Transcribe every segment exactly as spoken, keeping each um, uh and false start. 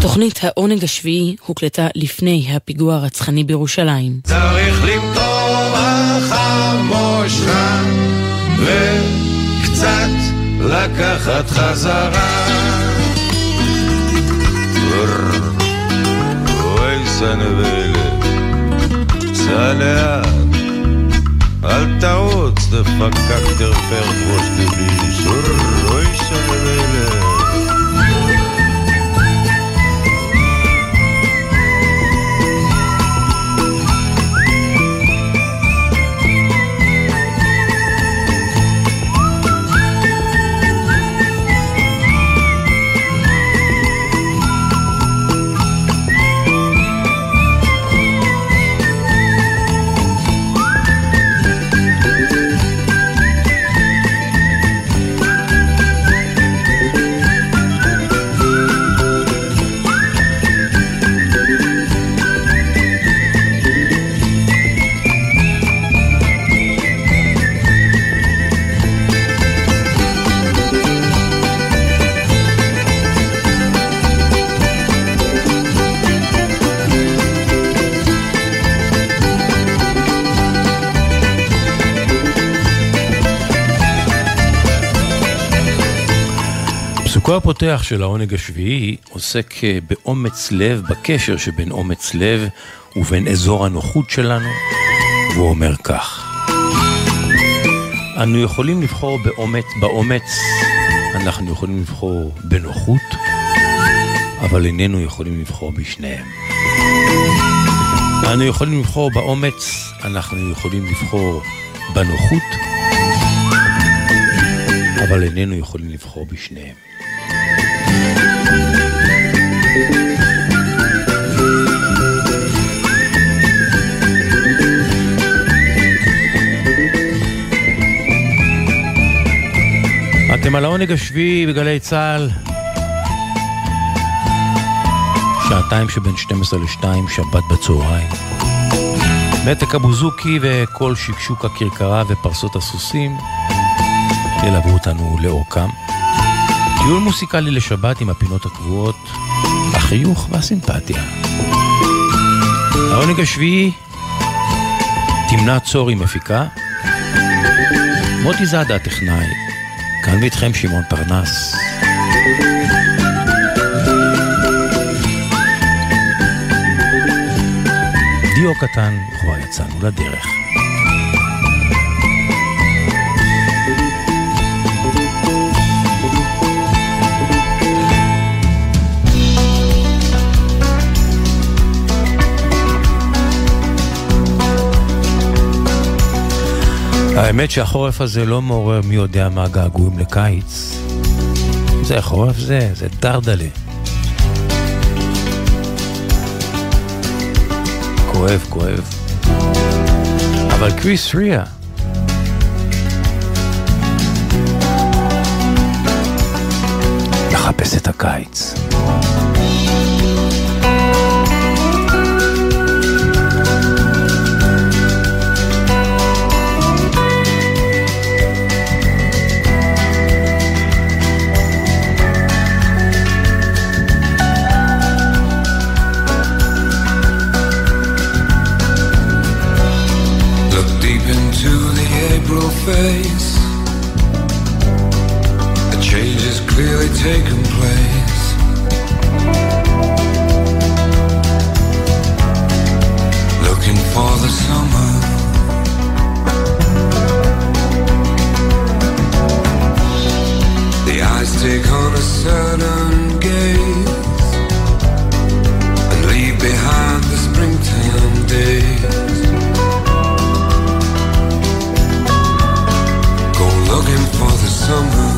תוכנית העונג השביעי הוקלטה לפני הפיגוע הרצחני בירושלים. צריך למטור החמושך וקצת לקחת חזרה. אוי סנבלת, סע לאט, אל תעוץ דפקק תרפר ראש דביש. אוי סנבלת. פסוקו הפותח של העונג השביעי עוסק באומץ לב, בקשר שבין אומץ לב ובין אזור הנוחות שלנו, והוא אומר כך: אנו יכולים לבחור באומץ, באומץ אנחנו יכולים לבחור בנוחות, אבל איננו יכולים לבחור בשניהם. אנו יכולים לבחור באומץ, אנחנו יכולים לבחור בנוחות, אבל איננו יכולים לבחור בשניהם. אתם על העונג השביעי בגלי צהל, שעתיים שבין שתים עשרה לשתיים, שבת בצהריים. מתק הבוזוקי וכל שקשוק הכרכרה ופרסות הסוסים ילוו אותנו לאורכם. טיול מוסיקלי לשבת עם הפינות הקבועות, החיוך והסימפתיה. העונג השביעי, תמנע צורי מפיקה, מוטי זאדה טכנאי, כאן ואיתכם שמעון פרנס. דיו קטן, כבר יצאנו לדרך. האמת שהחורף הזה לא מעורר מי יודע מה געגועים לקיץ. זה חורף זה, זה דרדלה. כואב, כואב. אבל קריס ריה מחפש את הקיץ. Face. A change has clearly taken place. Looking for the summer. The eyes take on a certain gaze and leave behind the springtime days. Looking for the summer.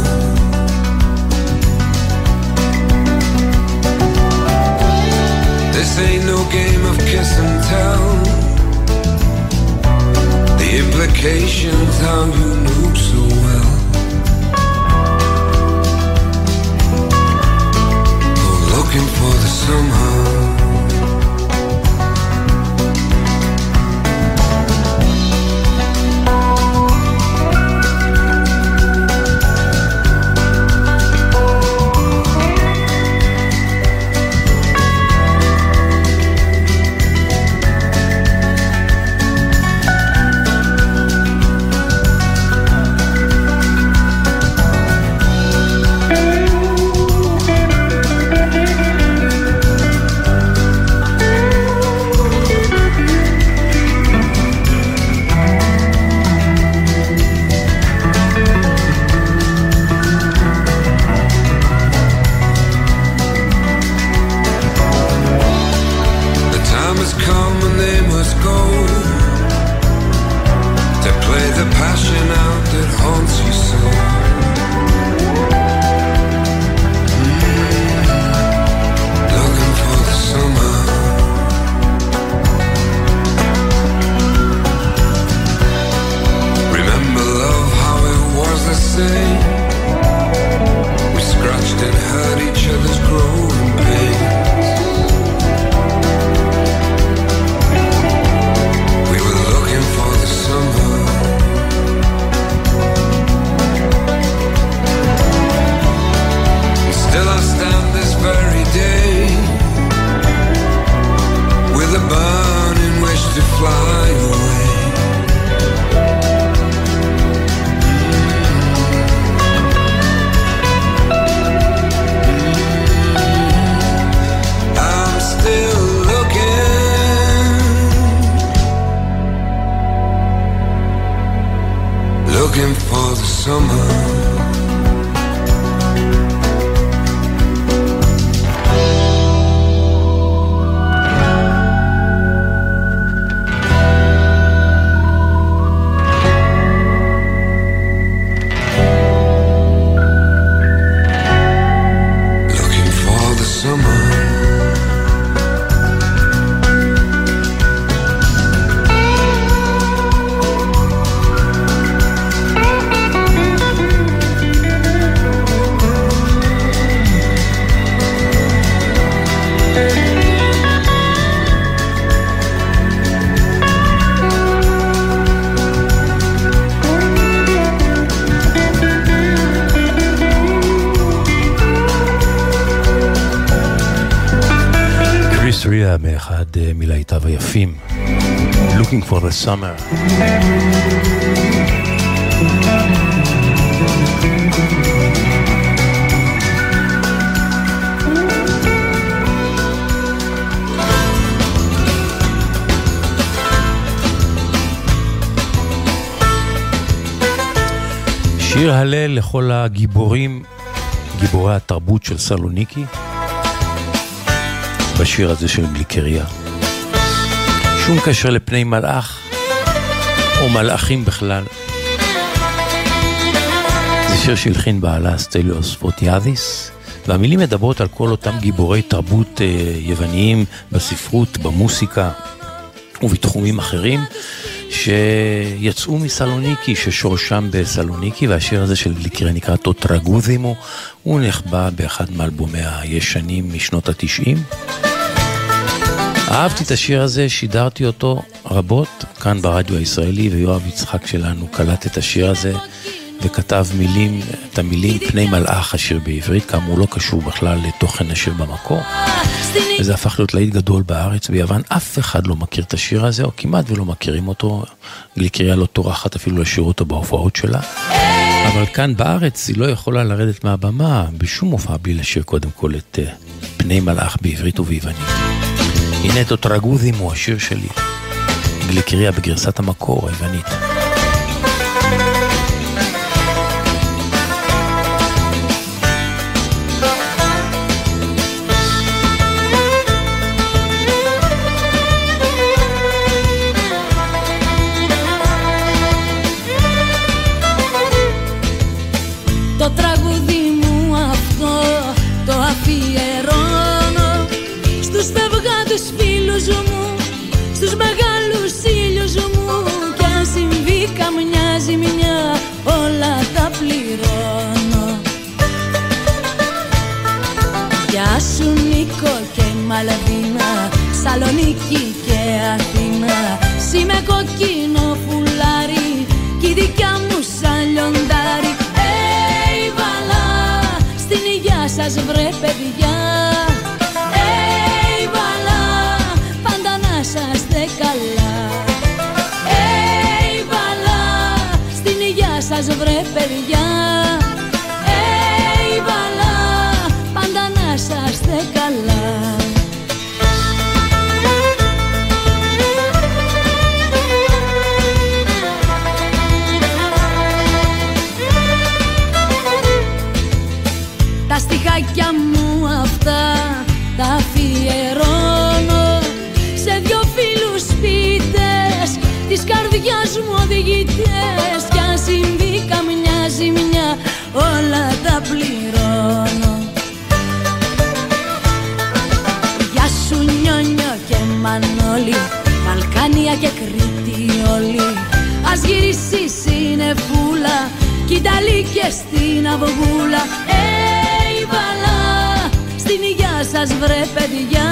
This ain't no game of kiss and tell. The implications how you knew so well. Go looking for the summer. growing pains. We were looking for the summer. And still I stand this very day with a burning wish to fly away. I'm still looking, looking for the summer. מאחד מלהיטיו היפים, Looking for the Summer. שיר הלל לכל הגיבורים, גיבורי התרבות של סלוניקי, בשיר הזה של גליקריה. שום קשר לפני מלאך או מלאכים בכלל. זה שיר שהלחין בעלה סטליוס פוטיאדיס, והמילים מדברות על כל אותם גיבורי תרבות יווניים בספרות, במוסיקה ובתחומים אחרים שיצאו מסלוניקי, ששורשם בסלוניקי, והשיר הזה של גליקריה נקרא טוטרגוזימו. הוא נחבא באחד מאלבומי הישנים משנות התשעים. אהבתי את השיר הזה, שידרתי אותו רבות כאן ברדיו הישראלי, ויואב יצחק שלנו קלט את השיר הזה וכתב מילים, את המילים פני מלאך, השיר בעברית, כאמור לא קשור בכלל לתוכן השיר במקור, וזה הפך להיות להיט גדול בארץ. ביוון אף אחד לא מכיר את השיר הזה, או כמעט ולא מכירים אותו. גליקריה לא טורחת אפילו לשיר אותו בהופעות שלה, אבל כאן בארץ היא לא יכולה לרדת מהבמה בשום הופעה בלי לשיר קודם כל את פני מלאך בעברית וביוונית. הנה טוטרגוזימו, השיר שלי, גליקריה בגרסת המקור היוונית. Το τραγούδι μου αυτό το αφιερώνω στους φευγάτους φίλους μου, στους μεγάλους ήλιους μου, κι αν συμβεί καμιά ζημιά όλα τα πληρώνω. Γεια σου Νίκο και Μαλβίνα, Σαλονίκη και Αθήνα, είμαι κοκκίνο φουλάρι κι η δικιά μου σαν λιοντάρι. Στην υγειά σας βρε παιδιά, Ει βαλά, πάντα να είσαστε καλά. Ει βαλά, στην υγειά σας βρε παιδιά, Ει βαλά, πάντα να είσαστε καλά. Τα στιχάκια μου αυτά τα αφιερώνω σε δυο φίλους σπίτες της καρδιάς μου οδηγητές, κι αν συμβεί καμιά ζημιά όλα τα πληρώνω. Γεια σου Νιόνιο και Μανώλη, Βαλκάνια και Κρήτη όλοι, ας γυρίσει η συννεφούλα κι Ιταλή και στην Αυγούλα. Ει βαλά, στην σας βρε παιδιά.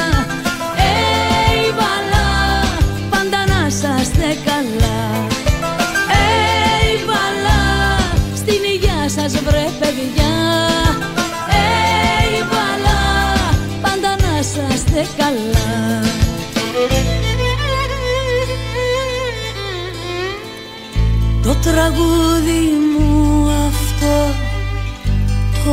Έι βαλά, πάντα να είσαστε καλά. Έι βαλά, στην υγεία σας βρε παιδιά. Έι βαλά, πάντα να είσαστε καλά. Το τραγούδι μου αυτό το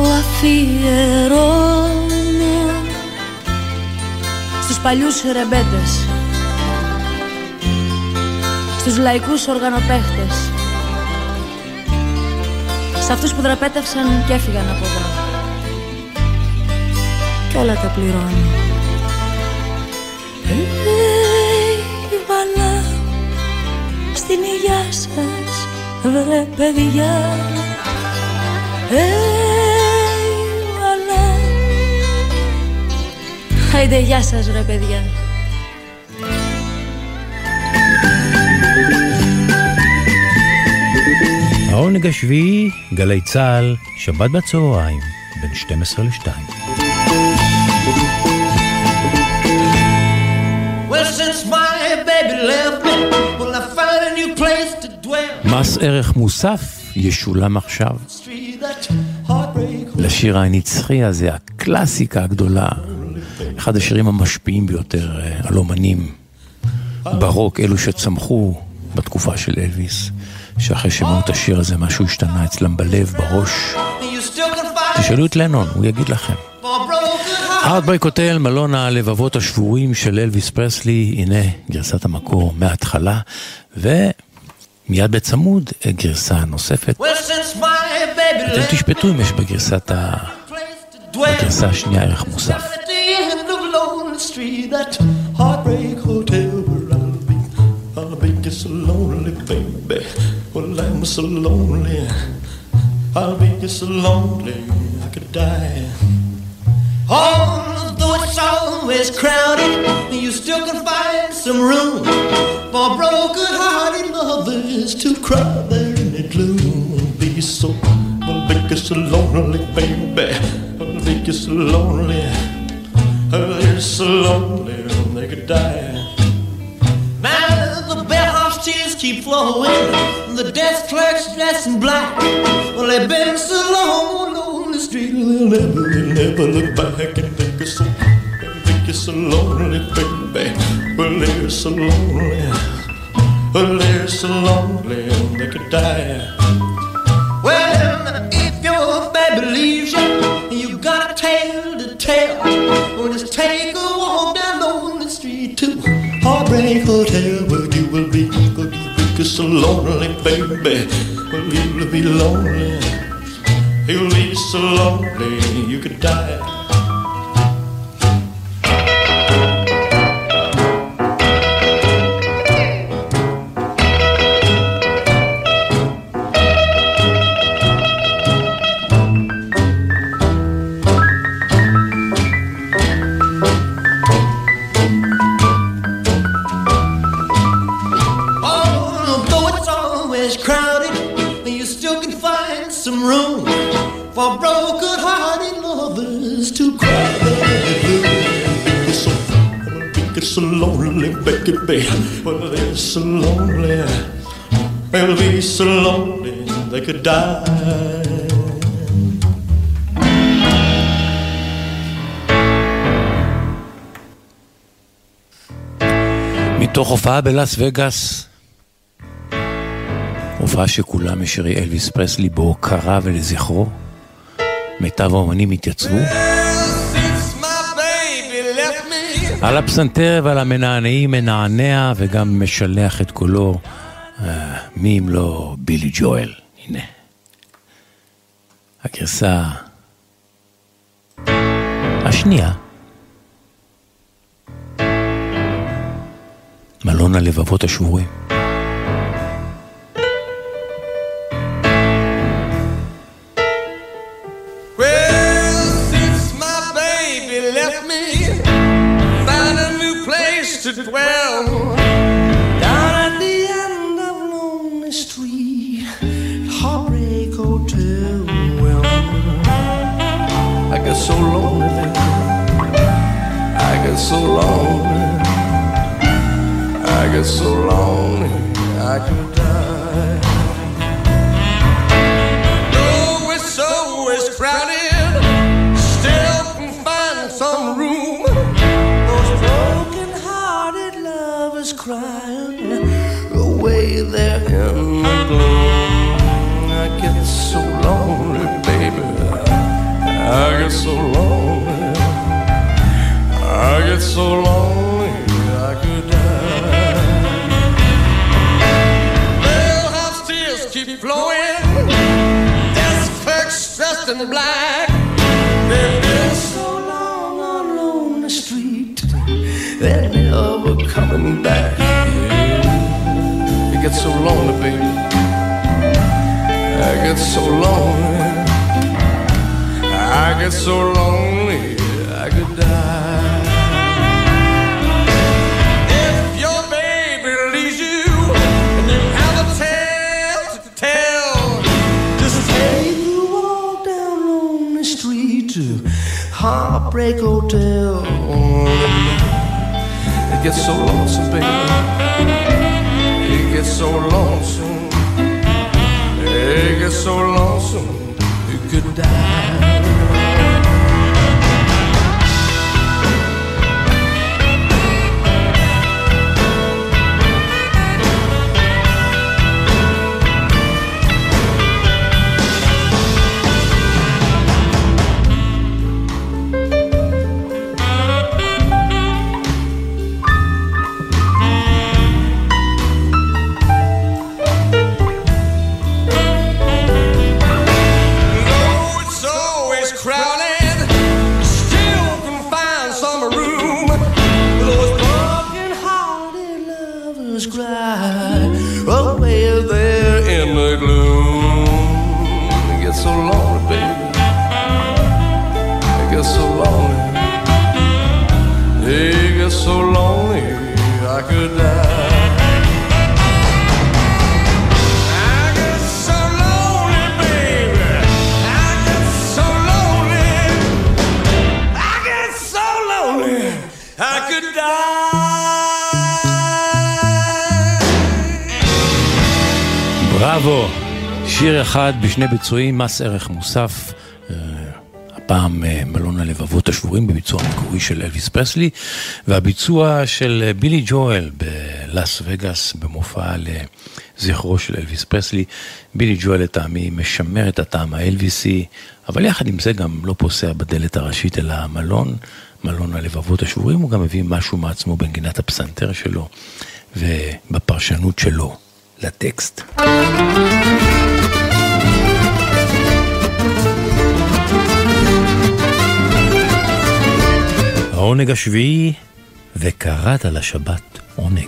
αφιερώνω στους παλιούς ρεμπέτες, στους λαϊκούς οργανοπαίχτες, σε αυτούς που δραπέτευσαν και έφυγαν από εδώ κι όλα τα πληρώνω. Hey, βαλά, στην υγεία σας βρε παιδιά. Hey, βαλά, άιντε γεια σας ρε παιδιά. העונג השביעי, גלי צהל, שבת בצהריים, בין שתים עשרה לשתיים. Well, since my baby left me, well, I found a new place to dwell. מס ערך מוסף ישולם עכשיו. לשיר הנצחי הזה, הקלאסיקה הגדולה, אחד השירים המשפיעים ביותר על אומנים ברוק, אלו שצמחו בתקופה של אלוויס, שאחרי שמעו את השיר הזה משהו השתנה אצלם בלב, בראש. תשאלו את לנון, הוא יגיד לכם. Heartbreak Hotel, מלון הלבבות השבורים של אלוויס פרסלי, הנה גרסת המקור מההתחלה, ומיד בצמוד גרסה נוספת. אתם תשפטו אם יש בגרסת ה... בגרסה השנייה ערך מוסף. I'll be just so lonely, baby. Well, I'm so lonely. I'll be just so lonely, I could die. Although it's always crowded, you still can find some room for broken-hearted lovers to cry there in the gloom. I'll be so, I'll be just so lonely, baby. I'll be just so lonely. I'll be so lonely, they could die. Tears keep flowing, the desk clerks dressed in black. Well, they've been so long on the street, they'll never, they'll never look back and think it's so, think it's so lonely, baby. Well, they're so lonely, well, they're so lonely, they could die. Well, if your baby leaves you, you got a tale to tell. Well, just take a walk down on the street to Heartbreak Hotel, where you will be, where you will be so lonely, baby. Well, you'll be lonely, you'll be so lonely, you could die. For broken-hearted lovers to cry. They're so lonely, baby. Well, they're so lonely. They'll be so lonely they could die. מתוך הופעה בלאס וגאס, הופעה שכולה משירי אלוויס פרסלי בהוקרה ולזכרו, מיטב האומנים התייצבו על הפסנתר ועל המנענעים מנענע וגם משלח את קולו, מי אם לא בילי ג'ואל. הנה הגרסה השנייה, מלון הלבבות השבורים. To dwell down at the end of Lonely Street, Heartbreak Hotel. Well, I get so lonely there. get so lonely, I get so lonely, I could die. Though it's always crowded, still can find some room. Those broken-hearted lovers crying away there in the gloom. I get so lonely, baby, I get so lonely, I get so lonely, I could die. Bellhouse tears keep flowing, desk clerks dressed in black. They've been so long alone the street, they're never coming back. Yeah. It gets so lonely, baby, I get so lonely, I get so lonely, I could die. If your baby leaves you and you have a tale to tell, just take the walk down on the street to Heartbreak Hotel. It gets so lonesome, baby, it gets so lonesome, it gets so lonesome, you could die. So lonely, I could die. I get so lonely, baby, I get so lonely, I get so lonely, I could die. בראבו, שיר אחד בשני ביצועים, מס ערך מוסף, הפעם מלון הלבבות השבורים בביצוע המקורי של אלוויס פרסלי, והביצוע של בילי ג'ואל בלאס וגאס במופע לזכרו של אלוויס פרסלי. בילי ג'ואל לטעמי משמר את הטעם האלוויסי, אבל יחד עם זה גם לא פוסע בדלת הראשית אל המלון, מלון הלבבות השבורים. הוא גם מביא משהו מעצמו בנגינת הפסנתר שלו ובפרשנות שלו לטקסט. העונג השביעי, וקראת לשבת עונג.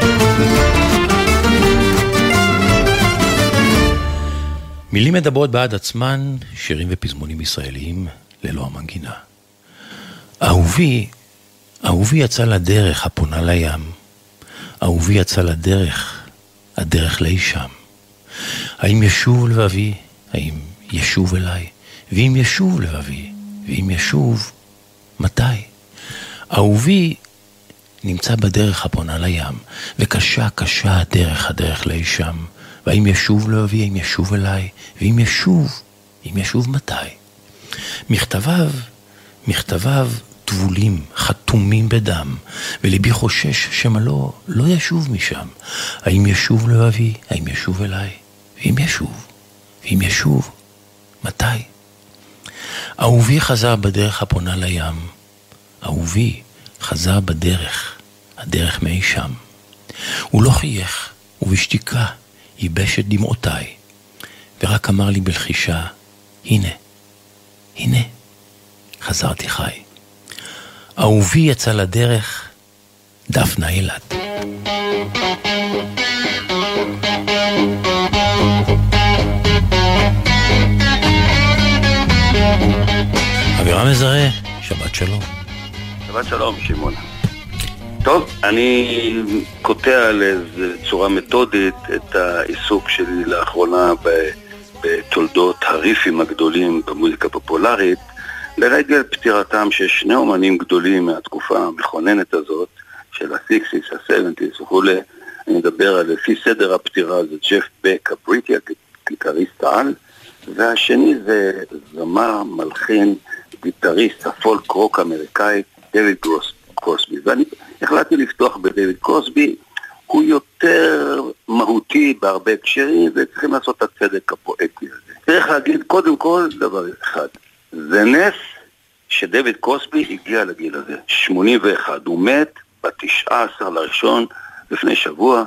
מילים מדברות בעד עצמן, שירים ופזמונים ישראליים ללא המנגינה. אהובי, אהובי יצא לדרך הפונה לים. אהובי יצא לדרך, הדרך לאי שם. האם ישוב לבבי, האם ישוב אליי? ואם ישוב לבבי, ואם ישוב, מתי? אהובי נמצא בדרך הפונה לים, וקשה קשה הדרך, הדרך לאי שם. והאם ישוב לבבי, האם ישוב אליי? ואם ישוב, אם ישוב מתי? מכתביו, מכתביו טבולים, חתומים בדם, ולבי חושש שמה לא, לא ישוב משם. האם ישוב לבבי, האם ישוב אליי? ואם ישוב, ואם ישוב, מתי? אהובי חזר בדרך הפונה לים. אהובי חזר בדרך, הדרך מאי שם. הוא לא חייך, ובשתיקה ייבש את דמעותיי, ורק אמר לי בלחישה, הנה, הנה, חזרתי חי. אהובי יצא לדרך, דפנה אילת. אבירם מזרה, שבת שלום. שבת שלום, שמעון. טוב, אני קוטע לצורה מתודית את העיסוק שלי לאחרונה בתולדות הריפים הגדולים במוזיקה פופולרית, לרגל פטירתם של שני אומנים גדולים מהתקופה המכוננת הזאת, של ה-סיקסיס, ה-שבעיז וכולי, אני מדבר על לפי סדר הפטירה, זה ג'ף בק, הבריטי, גיטריסט העל, והשני זה זמר, מלחין, גיטריסט, הפולק רוק אמריקאי, דייוויד קרוסבי. ואני החלטתי לפתוח בדייוויד קרוסבי, הוא יותר מהותי בהרבה הקשרים, וצריכים לעשות את הצדק הפואטי הזה. צריך להגיד קודם כל דבר אחד, זה נס שדייוויד קרוסבי הגיע לגיל הזה, שמונים ואחת, הוא מת ב-תשעה עשר לראשון לפני שבוע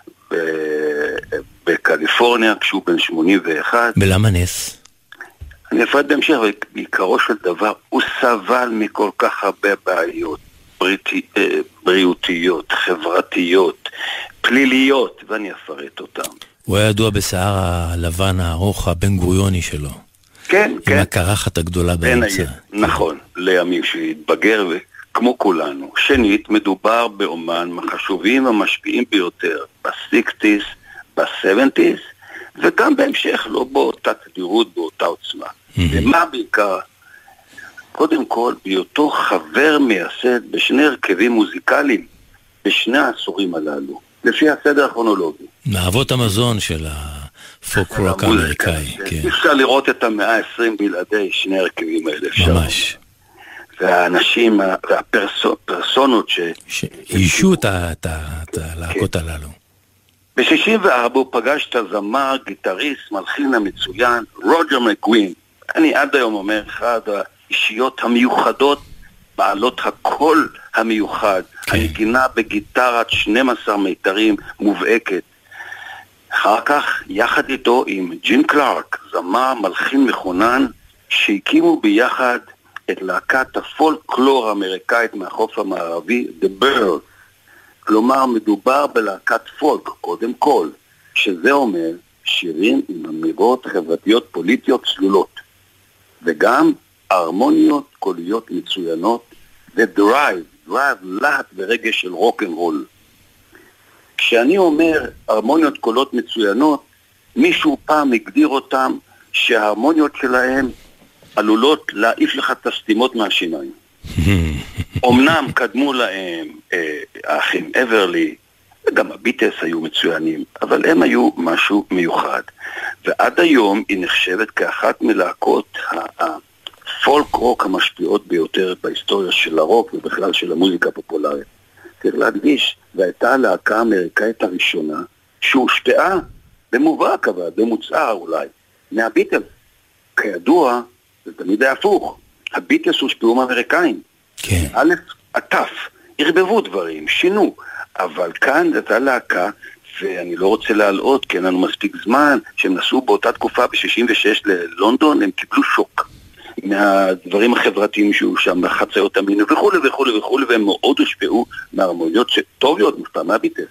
בקליפורניה כשהוא בן שמונים ואחת. ולמה נס? אני אפרד בהמשך, בעיקרו של דבר הוא סבל מכל כך הרבה בעיות בריטי, בריאותיות, חברתיות, פליליות, ואני אפרט אותם. הוא היה ידוע בשיער הלבן הארוך הבן גוריוני שלו. כן, עם כן. עם הקרחת הגדולה באמצע. נכון, לימים שהתבגר וכמו כולנו. שנית, מדובר באומן מהחשובים המשפיעים ביותר ב-סיקסטיז, ב-שבעיז, וגם בהמשך לא באותה תדירות, באותה עוצמה. ומה בעיקר? קודם כל, בהיותו חבר מייסד בשני הרכבים מוזיקליים בשני העשורים הללו, לפי הסדר הכרונולוגי. מאבות המזון של הפוק רוק האמריקאי. אפשר לראות את המאה ה-עשרים בלעדי שני הרכבים האלה. ממש. והאנשים, והפרסונות ש... שאישו את הלהקות הללו. ב-שישים וארבע הוא פגש את הזמר, גיטריסט, מלחין המצוין, רוג'ר מקווין. אני עד היום אומר, אחד האישיות המיוחדות, בעלות הקול המיוחד, כן. הנגינה בגיטרת שנים עשר מיתרים מובהקת. אחר כך, יחד איתו עם ג'ין קלארק, זמר, מלחין מכונן, שהקימו ביחד את להקת הפולקלור האמריקאית מהחוף המערבי, The Birds. כלומר, מדובר בלהקת פולק, קודם כל, שזה אומר שירים עם אמירות חברתיות פוליטיות צלולות, וגם הרמוניות קוליות מצוינות, ודרייב, דרייב להט ורגש של רוק אנד רול. כשאני אומר הרמוניות קולות מצוינות, מישהו פעם הגדיר אותם שההרמוניות שלהם עלולות להעיף לך את הסתימות מהשיניים. אמנם קדמו להם אה, האחים אברלי, וגם הביטלס היו מצוינים, אבל הם היו משהו מיוחד. ועד היום היא נחשבת כאחת מלהקות הפולק רוק המשפיעות ביותר בהיסטוריה של הרוק ובכלל של המוזיקה הפופולרית. צריך להדגיש, והייתה הלהקה האמריקאית הראשונה שהושפעה במובהק, אבל במוצער אולי, מהביטלס. כידוע, זה תמיד היה הפוך. הביטלס הושפעו מאמריקאים. כן. א', עטף, הרבבו דברים, שינו, אבל כאן הייתה להקה, ואני לא רוצה להלאות, כי אין לנו מספיק זמן, שהם נסעו באותה תקופה ב-שישים ושש ללונדון, הם קיבלו שוק מהדברים החברתיים שהיו שם, חציות המין וכו' וכו' וכו', והם מאוד הושפעו מהרמוניות שטוב להיות מושפע מהביטלס.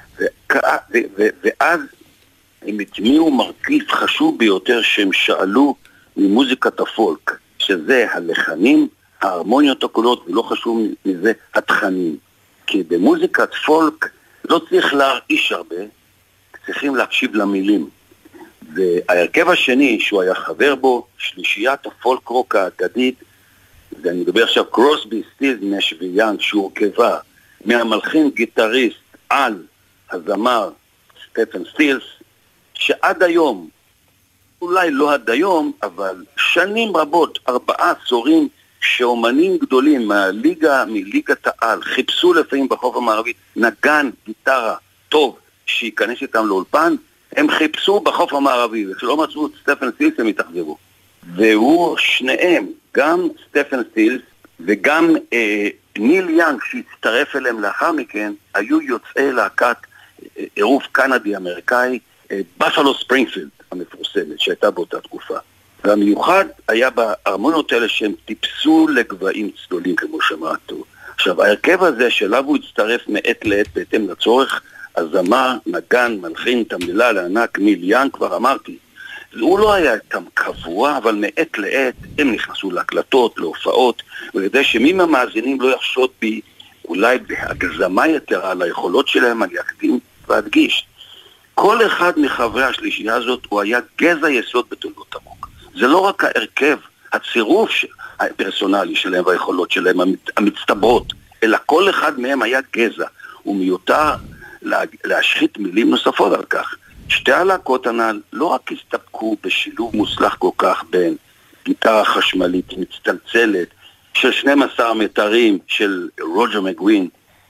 ואז הם הטמיעו מרכיב חשוב ביותר שהם שאלו ממוזיקת הפולק, שזה הלחנים, ההרמוניות הקולות, ולא חשוב מזה התכנים. כי במוזיקת פולק לא צריך להרעיש הרבה, צריכים להקשיב למילים. וההרכב השני שהוא היה חבר בו, שלישיית הפולק רוק האגדית, ואני מדבר עכשיו קרוסבי, סטילס, נש ויאנג, שהורכבה מהמלחין גיטריסט על הזמר סטפן סטילס, שעד היום, אולי לא עד היום, אבל שנים רבות, ארבעה עשורים, שאומנים גדולים מהליגה, מליגת העל, חיפשו לפעמים בחוף המערבי נגן גיטרה טוב שייכנס איתם לאולפן, הם חיפשו בחוף המערבי, וכשלא מצאו את סטפן סטילס הם התאכזבו. והוא שניהם, גם סטפן סטילס וגם אה, ניל יאנג שהצטרף אליהם לאחר מכן, היו יוצאי להקת אה, עירוב קנדי אמריקאי, אה, בפלו ספרינגפילד המפורסמת שהייתה באותה תקופה. והמיוחד היה בהרמוניות האלה שהם טיפסו לגבהים צלולים כמו שמעתו. עכשיו, ההרכב הזה שאליו הוא הצטרף מעת לעת בהתאם לצורך, הזמר, נגן, מלחין, תמלילה לענק, ניל יאנג, כבר אמרתי. הוא לא היה איתם קבוע, אבל מעת לעת הם נכנסו להקלטות, להופעות, וכדי שמי מהמאזינים לא יחשוד בי, אולי בהגזמה יתרה על היכולות שלהם, אני אקדים ואדגיש. כל אחד מחברי השלישייה הזאת הוא היה גזע יסוד בתולדות הרוק. זה לא רק ההרכב, הצירוף הפרסונלי שלהם והיכולות שלהם המצטברות, אלא כל אחד מהם היה גזע, ומיותר להשחית מילים נוספות על כך. שתי הלהקות הנ"ל לא רק הסתפקו בשילוב מוצלח כל כך בין גיטרה חשמלית מצטלצלת של שנים עשר מטרים של רוג'ר מגווין,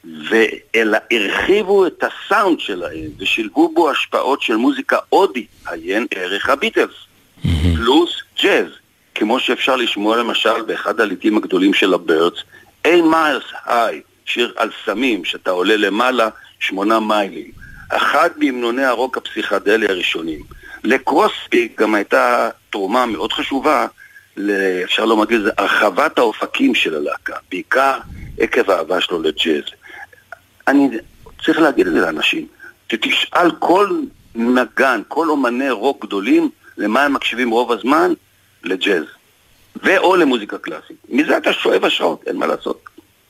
אלא הרחיבו את הסאונד שלהם ושילבו בו השפעות של מוזיקה הודי, עיין ערך הביטלס, פלוס ג'אז, כמו שאפשר לשמוע למשל באחד הליטים הגדולים של הבירדס, A Miles High, שיר על סמים שאתה עולה למעלה שמונה מיילים, אחד מהמנוני הרוק הפסיכדלי הראשונים. לקרוסבי גם הייתה תרומה מאוד חשובה, אפשר לומר את זה, הרחבת האופקים של הלהקה, בעיקר עקב האהבה שלו לג'אז. אני צריך להגיד את זה לאנשים, תשאל כל נגן, כל אומני רוק גדולים, למה הם מקשיבים רוב הזמן? לג'אז. ואו למוזיקה קלאסית. מזה אתה שואב השעות, אין מה לעשות.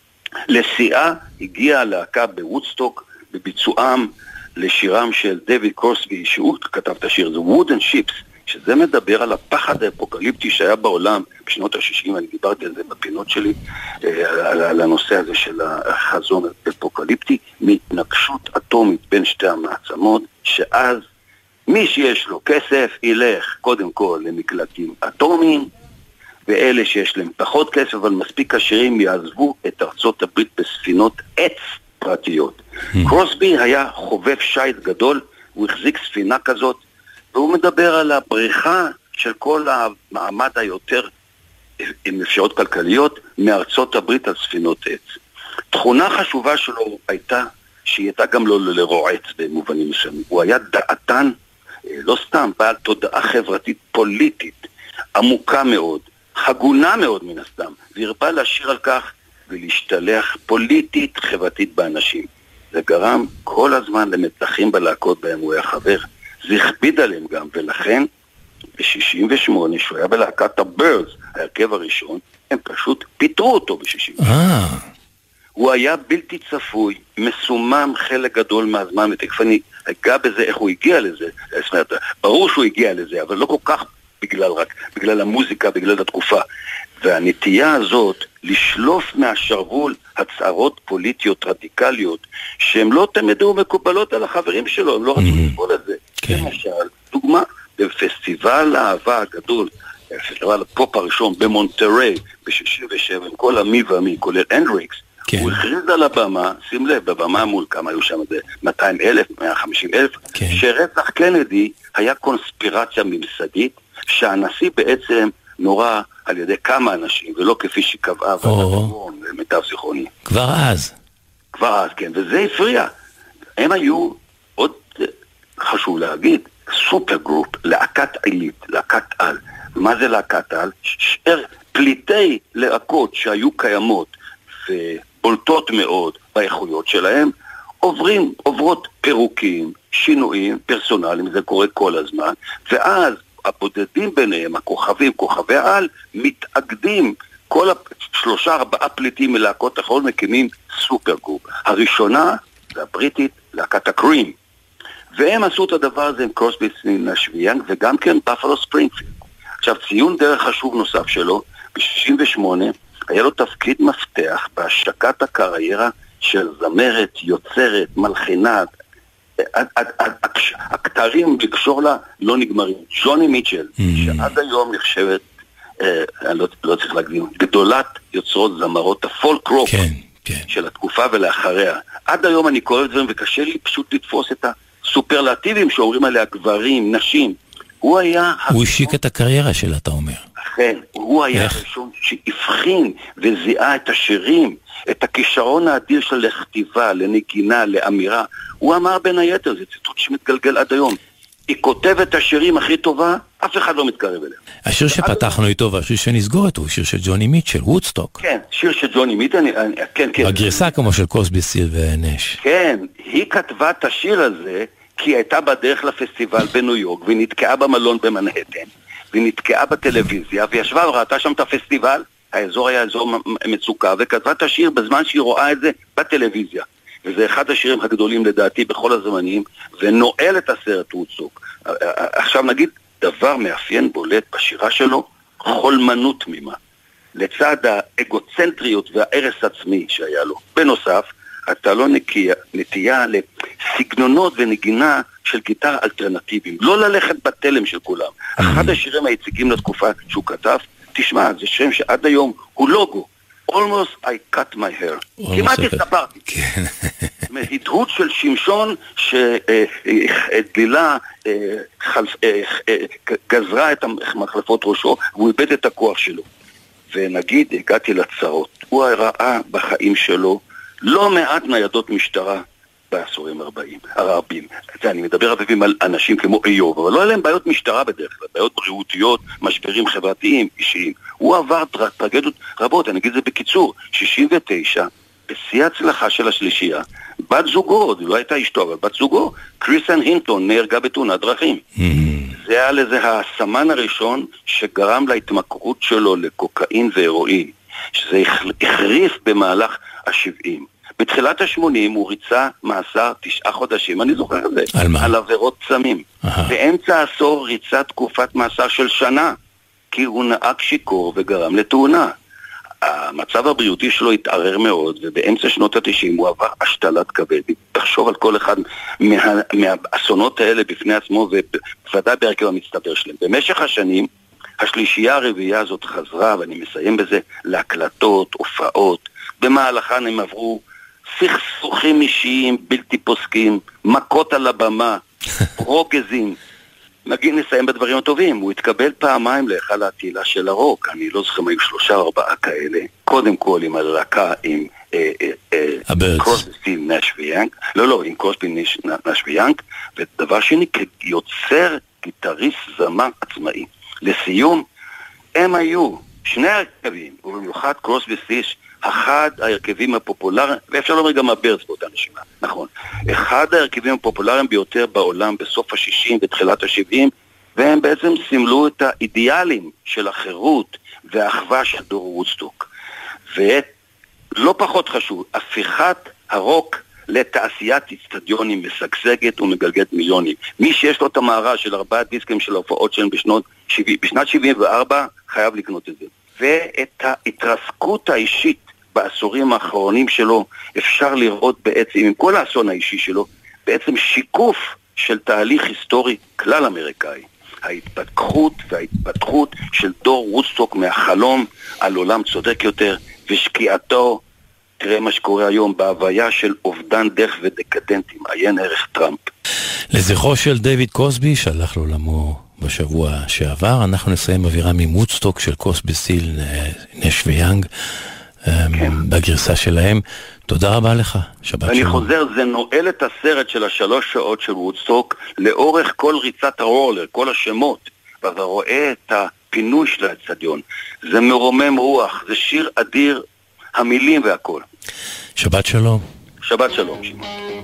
לשיאה הגיעה הלהקה בוודסטוק, בביצועם לשירם של דויד קרוסבי, שהוא כתב את השיר, זה Wooden Ships, שזה מדבר על הפחד האפוקליפטי שהיה בעולם בשנות ה-שישים, אני דיברתי על זה בפינות שלי, על, על הנושא הזה של החזון האפוקליפטי, מהתנגשות אטומית בין שתי המעצמות, שאז מי שיש לו כסף ילך קודם כל למקלטים אטומיים, ואלה שיש להם פחות כסף אבל מספיק עשירים יעזבו את ארצות הברית בספינות עץ פרטיות. קרוסבי היה חובב שייט גדול, הוא החזיק ספינה כזאת, והוא מדבר על הבריחה של כל המעמד היותר עם אפשרות כלכליות מארצות הברית על ספינות עץ. תכונה חשובה שלו הייתה שהיא הייתה גם לא לרועץ במובנים מסוימים. הוא היה דעתן, לא סתם, בעל תודעה חברתית פוליטית עמוקה מאוד, הגונה מאוד מן הסתם, והרבה להשאיר על כך ולהשתלח פוליטית חברתית באנשים. זה גרם כל הזמן למתחים בלהקות בהם הוא היה חבר. זה הכביד עליהם גם, ולכן ב-שישים ושמונה, שהוא היה בלהקת הבירדס, ההרכב הראשון, הם פשוט פיתרו אותו ב-שישים ושמונה. הוא היה בלתי צפוי, מסומם חלק גדול מהזמן, ותכף אני אגע בזה איך הוא הגיע לזה. ברור שהוא הגיע לזה, אבל לא כל כך בגלל רק, בגלל המוזיקה, בגלל התקופה. והנטייה הזאת לשלוף מהשרוול הצהרות פוליטיות רדיקליות, שהן לא תמיד היו מקובלות על החברים שלו, הם לא רצו לסבול את זה. למשל, דוגמה, בפסטיבל האהבה הגדול, פסטיבל הפופ הראשון במונטרי, ב-שישים ושבע, עם כל המי והמי, כולל הנדריקס, הוא הכריז על הבמה, שים לב, בבמה מול כמה היו שם, מאתיים אלף, מאה וחמישים אלף, שרצח קנדי היה קונספירציה ממסדית, שהנשיא בעצם נורא על ידי כמה אנשים, ולא כפי שקבעה מיטב זיכרוני. כבר אז. כבר אז, כן, וזה הפריע. הם היו, עוד חשוב להגיד, סופר גרופ, להקת עילית, להקת על. מה זה להקת על? שאר פליטי להקות שהיו קיימות ובולטות מאוד באיכויות שלהם, עוברים, עוברות פירוקים, שינויים פרסונליים, זה קורה כל הזמן, ואז הבודדים ביניהם, הכוכבים, כוכבי העל, מתאגדים, כל השלושה ארבעה פליטים מלהקות אחרות מקימים סופר גרופ. הראשונה, זה הבריטית, להקת הקרים. והם עשו את הדבר הזה עם קרוסבי, נש ויאנג, וגם כן בפלו ספרינגפילד. עכשיו, ציון דרך חשוב נוסף שלו, ב-שישים ושמונה, היה לו תפקיד מפתח בהשקת הקריירה של זמרת, יוצרת, מלחינת, הכתרים לקשור לה לא נגמרים. ג'וני מיטשל, שעד היום נחשבת, אני לא צריך להגדים, גדולת יוצרות זמרות הפולק רוק של התקופה ולאחריה. עד היום אני קורא את זה וקשה לי פשוט לתפוס את הסופרלטיבים שאומרים עליה גברים, נשים. הוא היה... הוא השיק את הקריירה שלה, אתה אומר. כן, הוא היה הראשון שהבחין וזיהה את השירים, את הכישרון האדיר של לכתיבה, לנגינה, לאמירה. הוא אמר בין היתר, זה ציטוט שמתגלגל עד היום, היא כותבת את השירים הכי טובה, אף אחד לא מתקרב אליה. השיר שפתחנו איתו והשיר שנסגור אותו, הוא שיר של ג'וני מיטשל, וודסטוק. כן, שיר של ג'וני מיטשל, כן, כן. בגרסה כמו של קרוסבי, סטיל ונש. כן, היא כתבה את השיר הזה, כי היא הייתה בדרך לפסטיבל בניו יורק, והיא נתקעה במלון במנהטן, והיא נתקעה בטלוויזיה, וישבה וראתה שם את הפסטיבל, האזור היה אזור מצוקה, וכתבה את השיר בזמן שהיא רואה את זה בטלוויזיה. וזה אחד השירים הגדולים לדעתי בכל הזמנים, ונועל את הסרט וודסטוק. עכשיו נגיד דבר מאפיין בולט בשירה שלו, חולמנות תמימה. לצד האגוצנטריות והערס עצמי שהיה לו. בנוסף, הייתה לו נטייה לסגנונות ונגינה של גיטרה אלטרנטיביים, לא ללכת בתלם של כולם. אחד השירים היציגים לתקופה שהוא כתב, תשמע, זה שם שעד היום הוא לוגו, Almost I cut my hair. כמעט הסתפרתי. מהדהוד של שמשון שדלילה גזרה את מחלפות ראשו והוא איבד את הכוח שלו. ונגיד, הגעתי לצרות. הוא ראה בחיים שלו לא מעט ניידות משטרה בעשורים הרבים, הרבים. אני מדבר רבים על אנשים כמו איוב, אבל לא היה להם בעיות משטרה בדרך כלל, בעיות בריאותיות, משברים חברתיים, אישיים. הוא עבר טרגדיות רבות, אני אגיד את זה בקיצור, שישים ותשע, בשיא ההצלחה של השלישייה, בת זוגו, לא הייתה אשתו, אבל בת זוגו, קריסן הינטון נהרגה בתאונת דרכים. זה היה לזה הסמן הראשון שגרם להתמכרות שלו לקוקאין והירואין, שזה החריף במהלך השבעים. בתחילת השמונים הוא ריצה מאסר תשעה חודשים, אני זוכר את זה, על, על עבירות סמים. באמצע העשור ריצה תקופת מאסר של שנה, כי הוא נהג שיקור וגרם לתאונה. המצב הבריאותי שלו התערער מאוד, ובאמצע שנות התשעים הוא עבר השתלת כבד. תחשוב על כל אחד מה, מהאסונות האלה בפני עצמו, ובוודאי בהרכב המצטבר שלהם. במשך השנים, השלישייה הרביעייה הזאת חזרה, ואני מסיים בזה, להקלטות, הופעות. במהלכן הם עברו סכסוכים אישיים בלתי פוסקים, מכות על הבמה, רוגזים. נגיד נסיים בדברים הטובים. הוא התקבל פעמיים להיכל העטילה של הרוק. אני לא זוכר, היו שלושה או ארבעה כאלה. קודם כל עם הלהקה עם קרוסבי סטיל נש ויאנג. לא, לא, עם קרוסבי נש ויאנג. ודבר שני, כיוצר גיטריסט זמר עצמאי. לסיום, הם היו שני הרכבים, ובמיוחד קרוסבי סטיל, אחד ההרכבים הפופולריים, ואפשר לומר גם הבירדס באותה נשימה, נכון. אחד ההרכבים הפופולריים ביותר בעולם בסוף ה-שישים ותחילת ה-שבעים, והם בעצם סימלו את האידיאלים של החירות והאחווה של דור וודסטוק. ולא פחות חשוב, הפיכת הרוק לתעשיית אצטדיונים משגשגת ומגלגלת מיליונים. מי שיש לו את המערה של ארבעה דיסקים של ההופעות שלהם בשנות, בשנת שבעים וארבע, חייב לקנות את זה. ואת ההתרסקות האישית בעשורים האחרונים שלו אפשר לראות בעצם, עם כל האסון האישי שלו, בעצם שיקוף של תהליך היסטורי כלל אמריקאי. ההתפתחות וההתפתחות של דור וודסטוק מהחלום על עולם צודק יותר, ושקיעתו, תראה מה שקורה היום, בהוויה של אובדן דרך ודקדנטים, עיין ערך טראמפ. לזכרו של דיוויד קוסבי, שהלך לעולמו בשבוע שעבר, אנחנו נסיים אווירה ממודסטוק של קוסבי סטיל, נש ויאנג, כן. בגרסה שלהם. תודה רבה לך, שבת שלום. אני חוזר, זה נועל את הסרט של השלוש שעות של וודסטוק, לאורך כל ריצת הרולר, כל השמות, ואתה רואה את הפינוי של האצטדיון. זה מרומם רוח, זה שיר אדיר, המילים והכל. שבת שלום. שבת שלום, שמעון.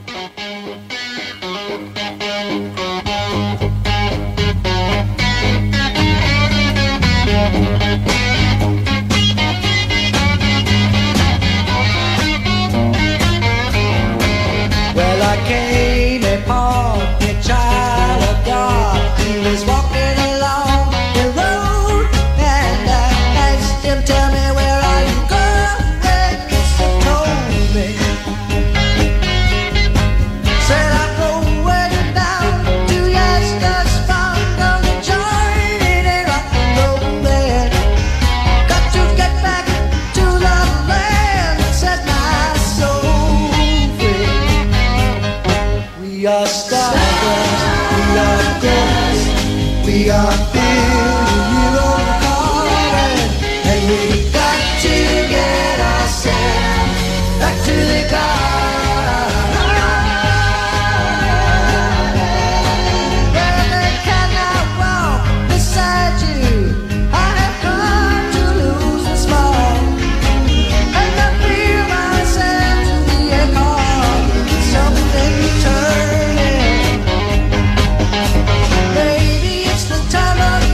Well, I came upon a child of God. He was walking along the road, and I asked him, tell me, where are you going? He told me. Said I'm going down to Yaskas Farm, gonna join in a rock and roll band. Got to get back to the land that set my soul free. We are stardust, we are dust, we are billion carbon, and we got to get ourselves back to the garden. Well, they cannot walk beside you. I have come to lose the small, and I feel myself to be a call, something turning. Maybe it's the time of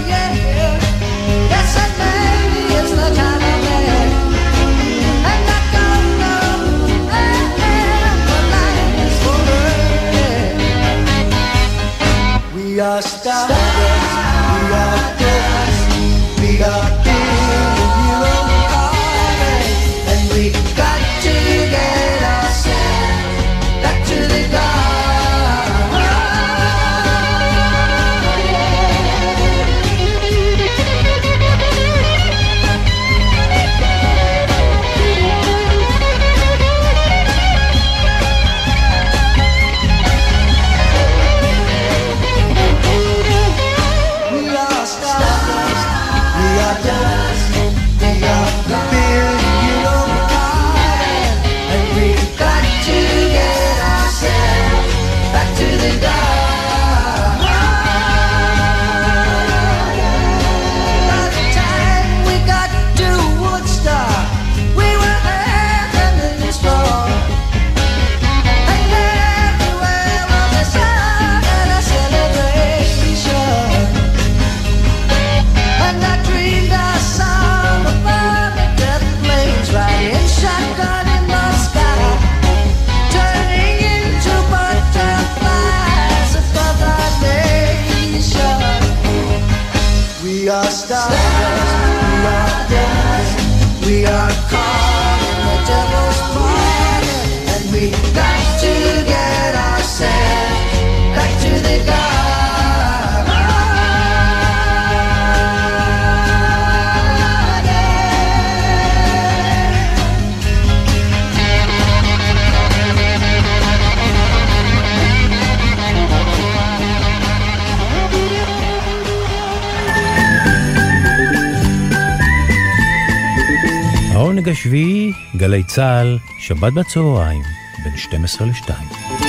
השביעי, גלי צהל, שבת בצהריים, בין שתים עשרה לשתיים.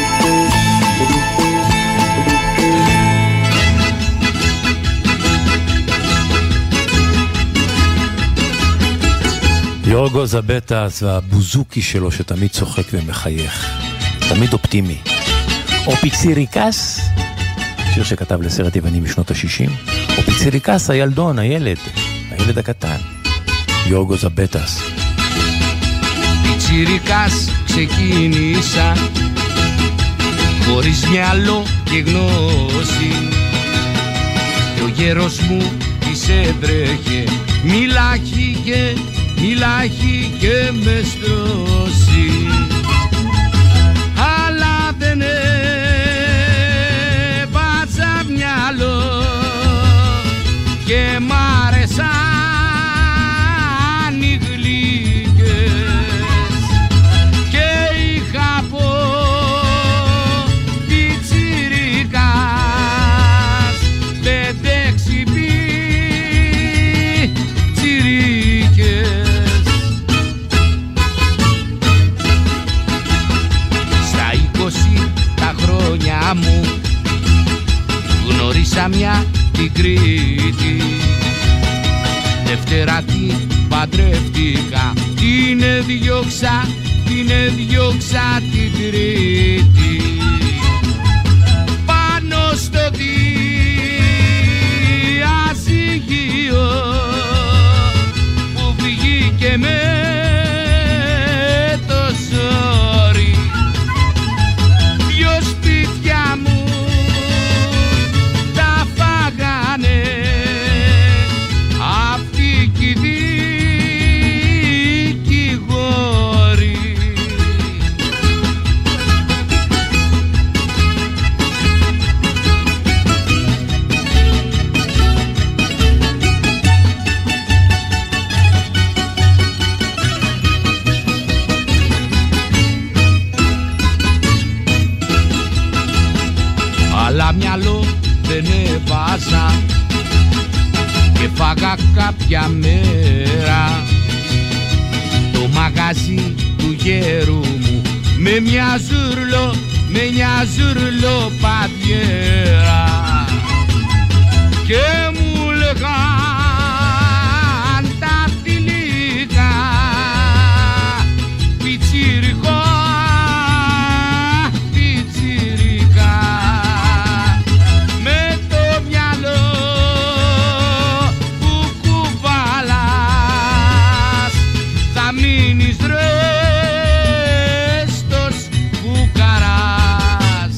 יורגו זבטס והבוזוקי שלו שתמיד צוחק ומחייך, תמיד אופטימי. או פיציריקס, שיר שכתב לסרט יווני משנות ה-שישים, או פיציריקס הילדון, הילד, הילד הקטן, יורגו זבטס. Πιτσιρικάς ξεκίνησα χωρίς μυαλό και γνώση και ο γέρος μου της έτρεχε μιλάχει και μιλάχει και με στρώσει, αλλά δεν έβαζα μυαλό και μ' άρεσαν οι γλυκές και είχα πω πιτσιρικάς πέντε έξι πιτσιρικές. Στα είκοσι τα χρόνια μου γνωρίσα μια την Κρήτη, Δευτέρα την παντρεύτηκα, την έδιωξα, την έδιωξα την Τρίτη. Πάνω στο διαζυγείο που βγήκε με το ζόρι, δυο σπίτια μου τα φάγανε αυτοί κι οι δικηγόροι. Αλλά μυαλό δεν έβαζα και φάγα κάποια μέρα το μαγαζί του γέρου μου με μια ζουρλό, με μια ζουρλό παδιέρα και μου λέγαν τα φιλικά πιτσιρικό, πιτσιρικά με το μυαλό που κουβαλάς θα μείνεις ρέστος Βουκαράς.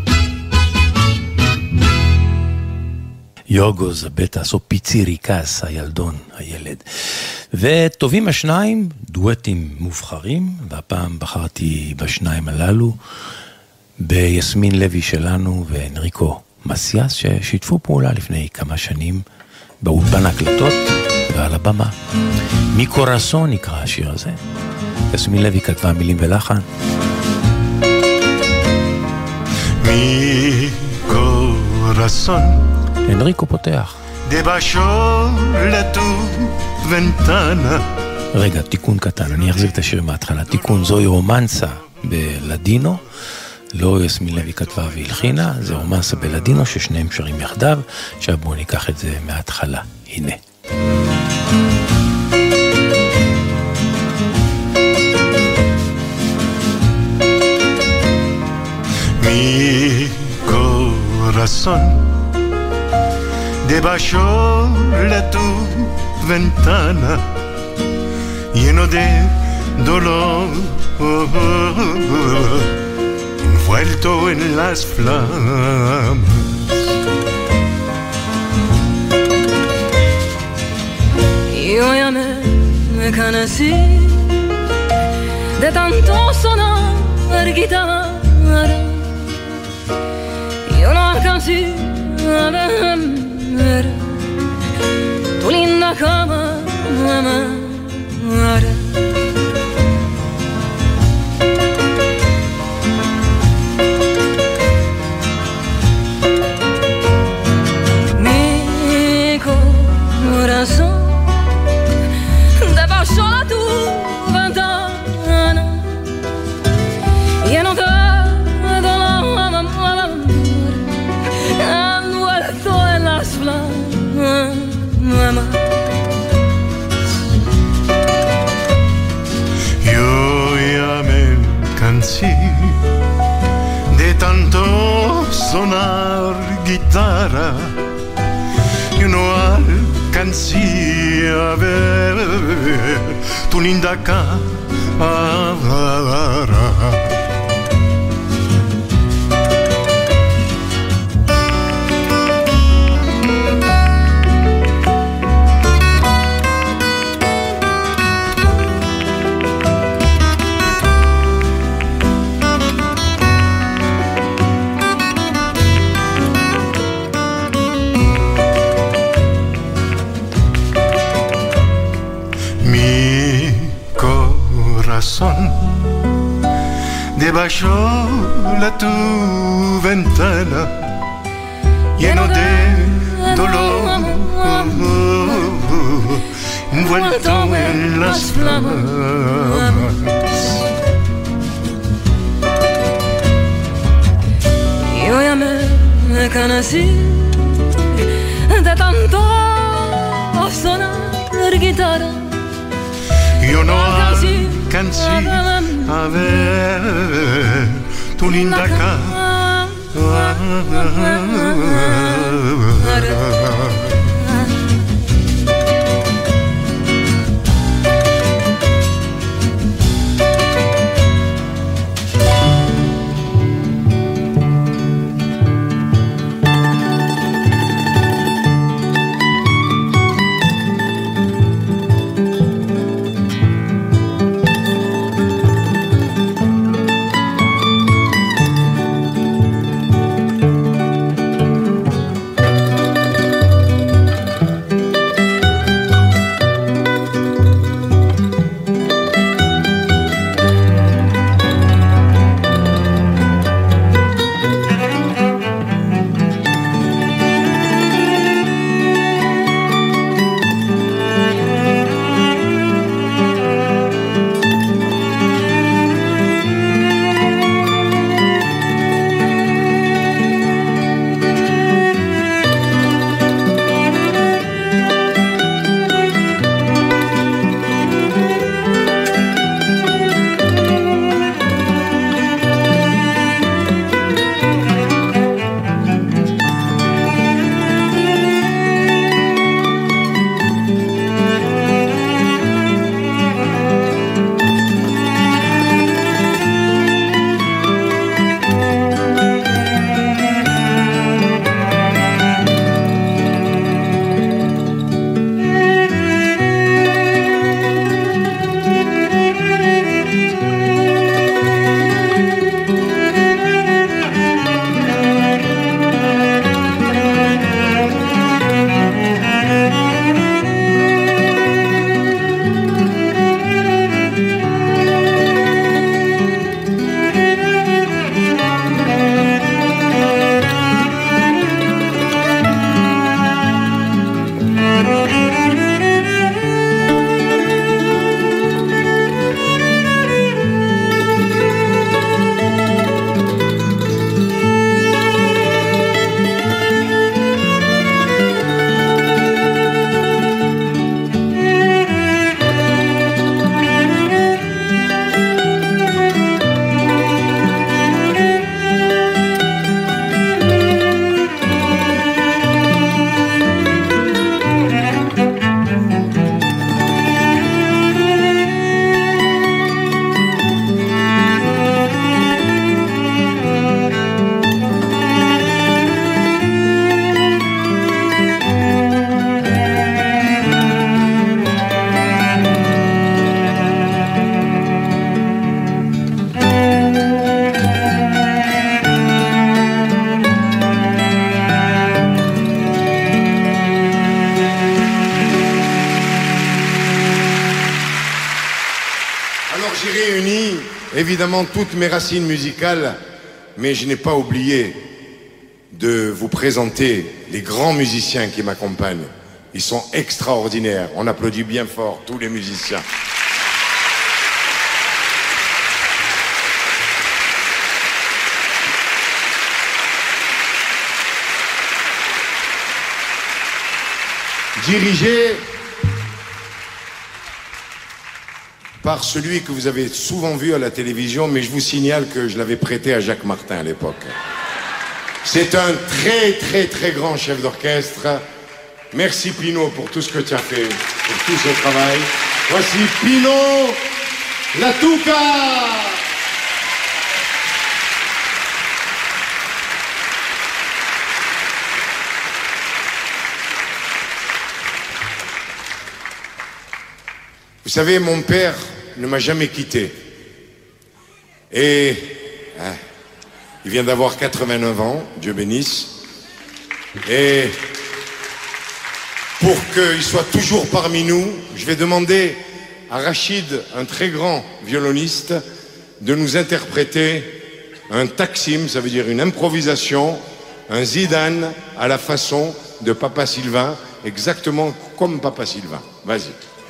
יורגו זבטס או פיציריקס, הילדון, הילד. וטובים השניים, דואטים מובחרים, והפעם בחרתי בשניים הללו, ביסמין לוי שלנו ואנריקו מסיאס, ששיתפו פעולה לפני כמה שנים באולפן הקלטות ועל הבמה. מקורסון נקרא השיר הזה. יסמין לוי כתבה מילים ולחן. מקורסון אנריקו פותח. debajo de tu ventana. רגע, תיקון קטן, אני אחזיר את השיר מההתחלה. תיקון, זוהי רומנסה בלדינו, לא יסמין לוי כתבה והלחינה, זה רומנסה בלדינו ששניהם שרים יחדיו. עכשיו בואו ניקח את זה מההתחלה, הנה. Mi corazón debajo de tu ventana lleno de dolor envuelto en las flamas. Io ya me, me canasí de tanto sonar guitarra. Io no alcanzé a ver tu linda cama, mamá. Mi corazón debajo de tu cansé de tanto sonar guitarra. Yo no alcancé a ver tu linda cara. Debajo de tu ventana, lleno de dolor, envuelto en las flamas. Yo ya me cansé de tanto sonar guitarra. Yo no alcancé a ver tu linda cara. Évidemment toutes mes racines musicales, mais je n'ai pas oublié de vous présenter les grands musiciens qui m'accompagnent. Ils sont extraordinaires. On applaudit bien fort tous les musiciens. Dirigé par celui que vous avez souvent vu à la télévision, mais je vous signale que je l'avais prêté à Jacques Martin à l'époque. C'est un très très très grand chef d'orchestre. Merci Pino pour tout ce que tu as fait, pour tout ce travail. Voici Pino Latouka. Vous savez, mon père ne m'a jamais quitté. Et hein, il vient d'avoir quatre-vingt-neuf ans, Dieu bénisse. Et pour qu'il soit toujours parmi nous, je vais demander à Rachid, un très grand violoniste, de nous interpréter un taksim, ça veut dire une improvisation, un zidane à la façon de Papa Sylvain, exactement comme Papa Sylvain. Vas-y.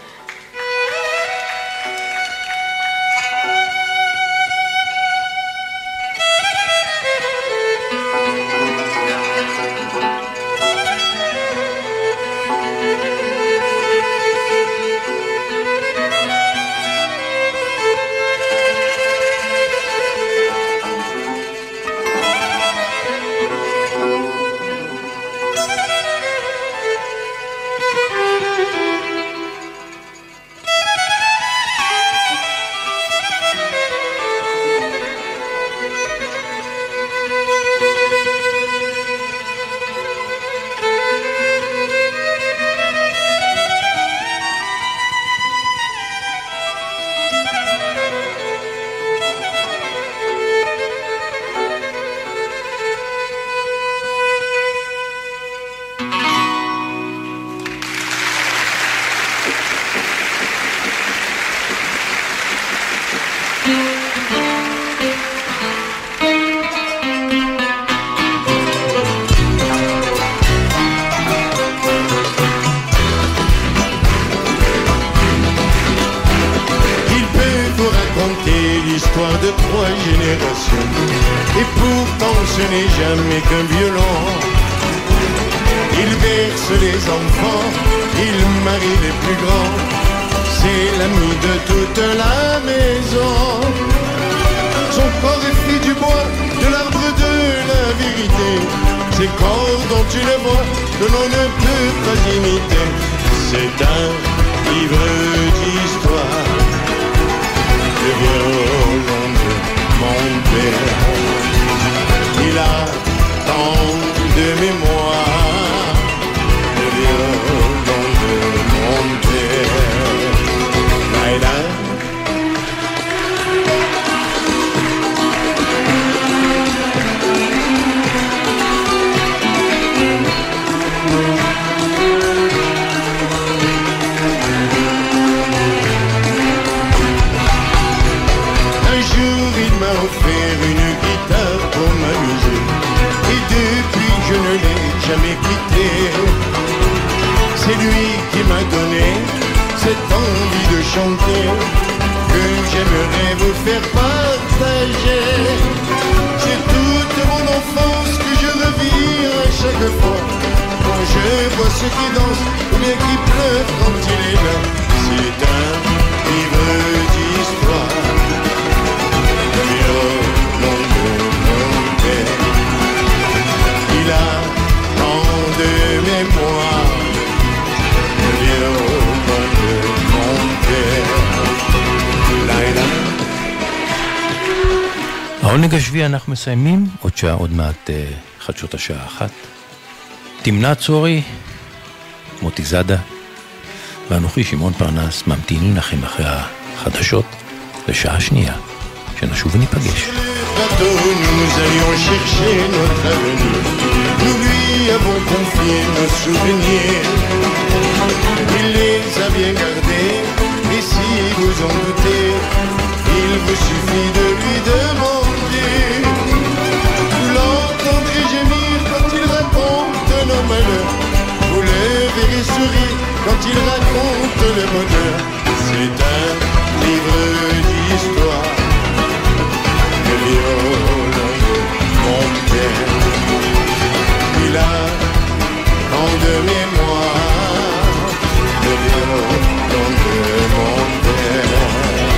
העונג השביעי אנחנו מסיימים, עוד שעה, עוד מעט חדשות השעה אחת. תמנה צורי, מוטי זאדה, ואנוכי שמעון פרנס ממתינים לכם אחרי החדשות לשעה שנייה, שנשוב וניפגש. Nous allions chercher notre avenir. Nous lui avons confié nos souvenirs. Il les a bien gardés. Et si vous en doutez, il vous suffit de lui demander. Vous l'entendrez gémir quand il raconte nos malheurs. Vous le verrez sourire quand il raconte le bonheur. C'est un livre d'histoire. Le violon de mon père, il a tant de mémoire. Le violon de mon père.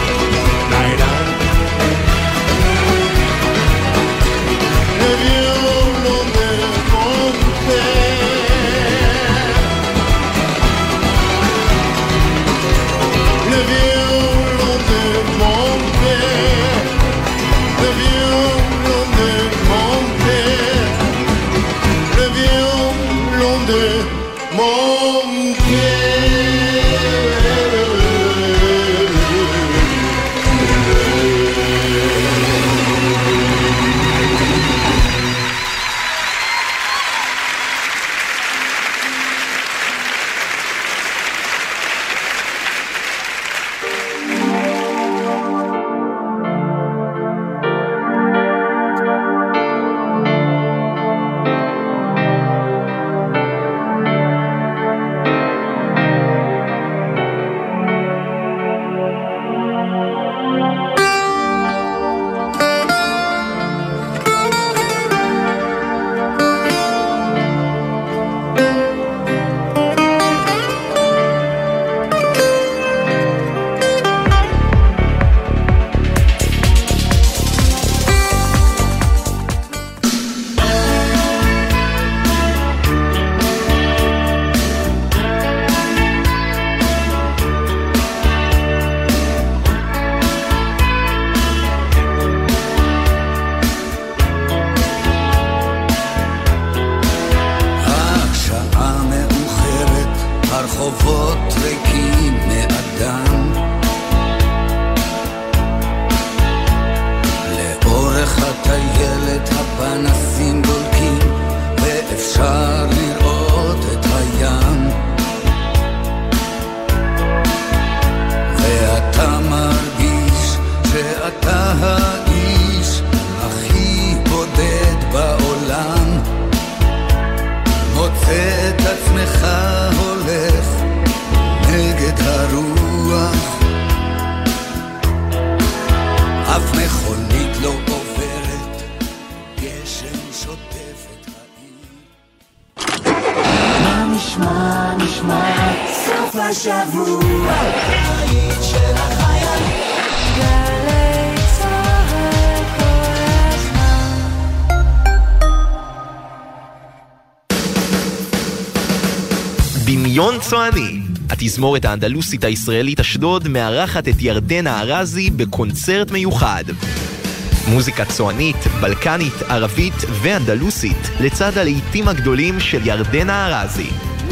האיש הכי בודד בעולם, מוצא את עצמך הולך נגד הרוח, אף מכונית לא עוברת, גשם שוטף את העיר. מה נשמע, נשמע, סוף השבוע, העיר של החיילים, גלי צהל כל הזמן. דמיון צועני, התזמורת האנדלוסית הישראלית אשדוד מארחת את ירדנה ארזי בקונצרט מיוחד. מוזיקה צוענית, בלקנית, ערבית ואנדלוסית לצד הלהיטים הגדולים של ירדנה ארזי.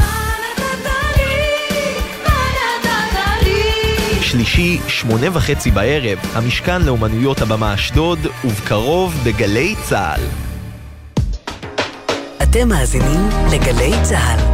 שלישי, שמונה וחצי בערב, המשכן לאומנויות הבמה אשדוד, ובקרוב בגלי צהל. אתם מאזינים לגלי צהל.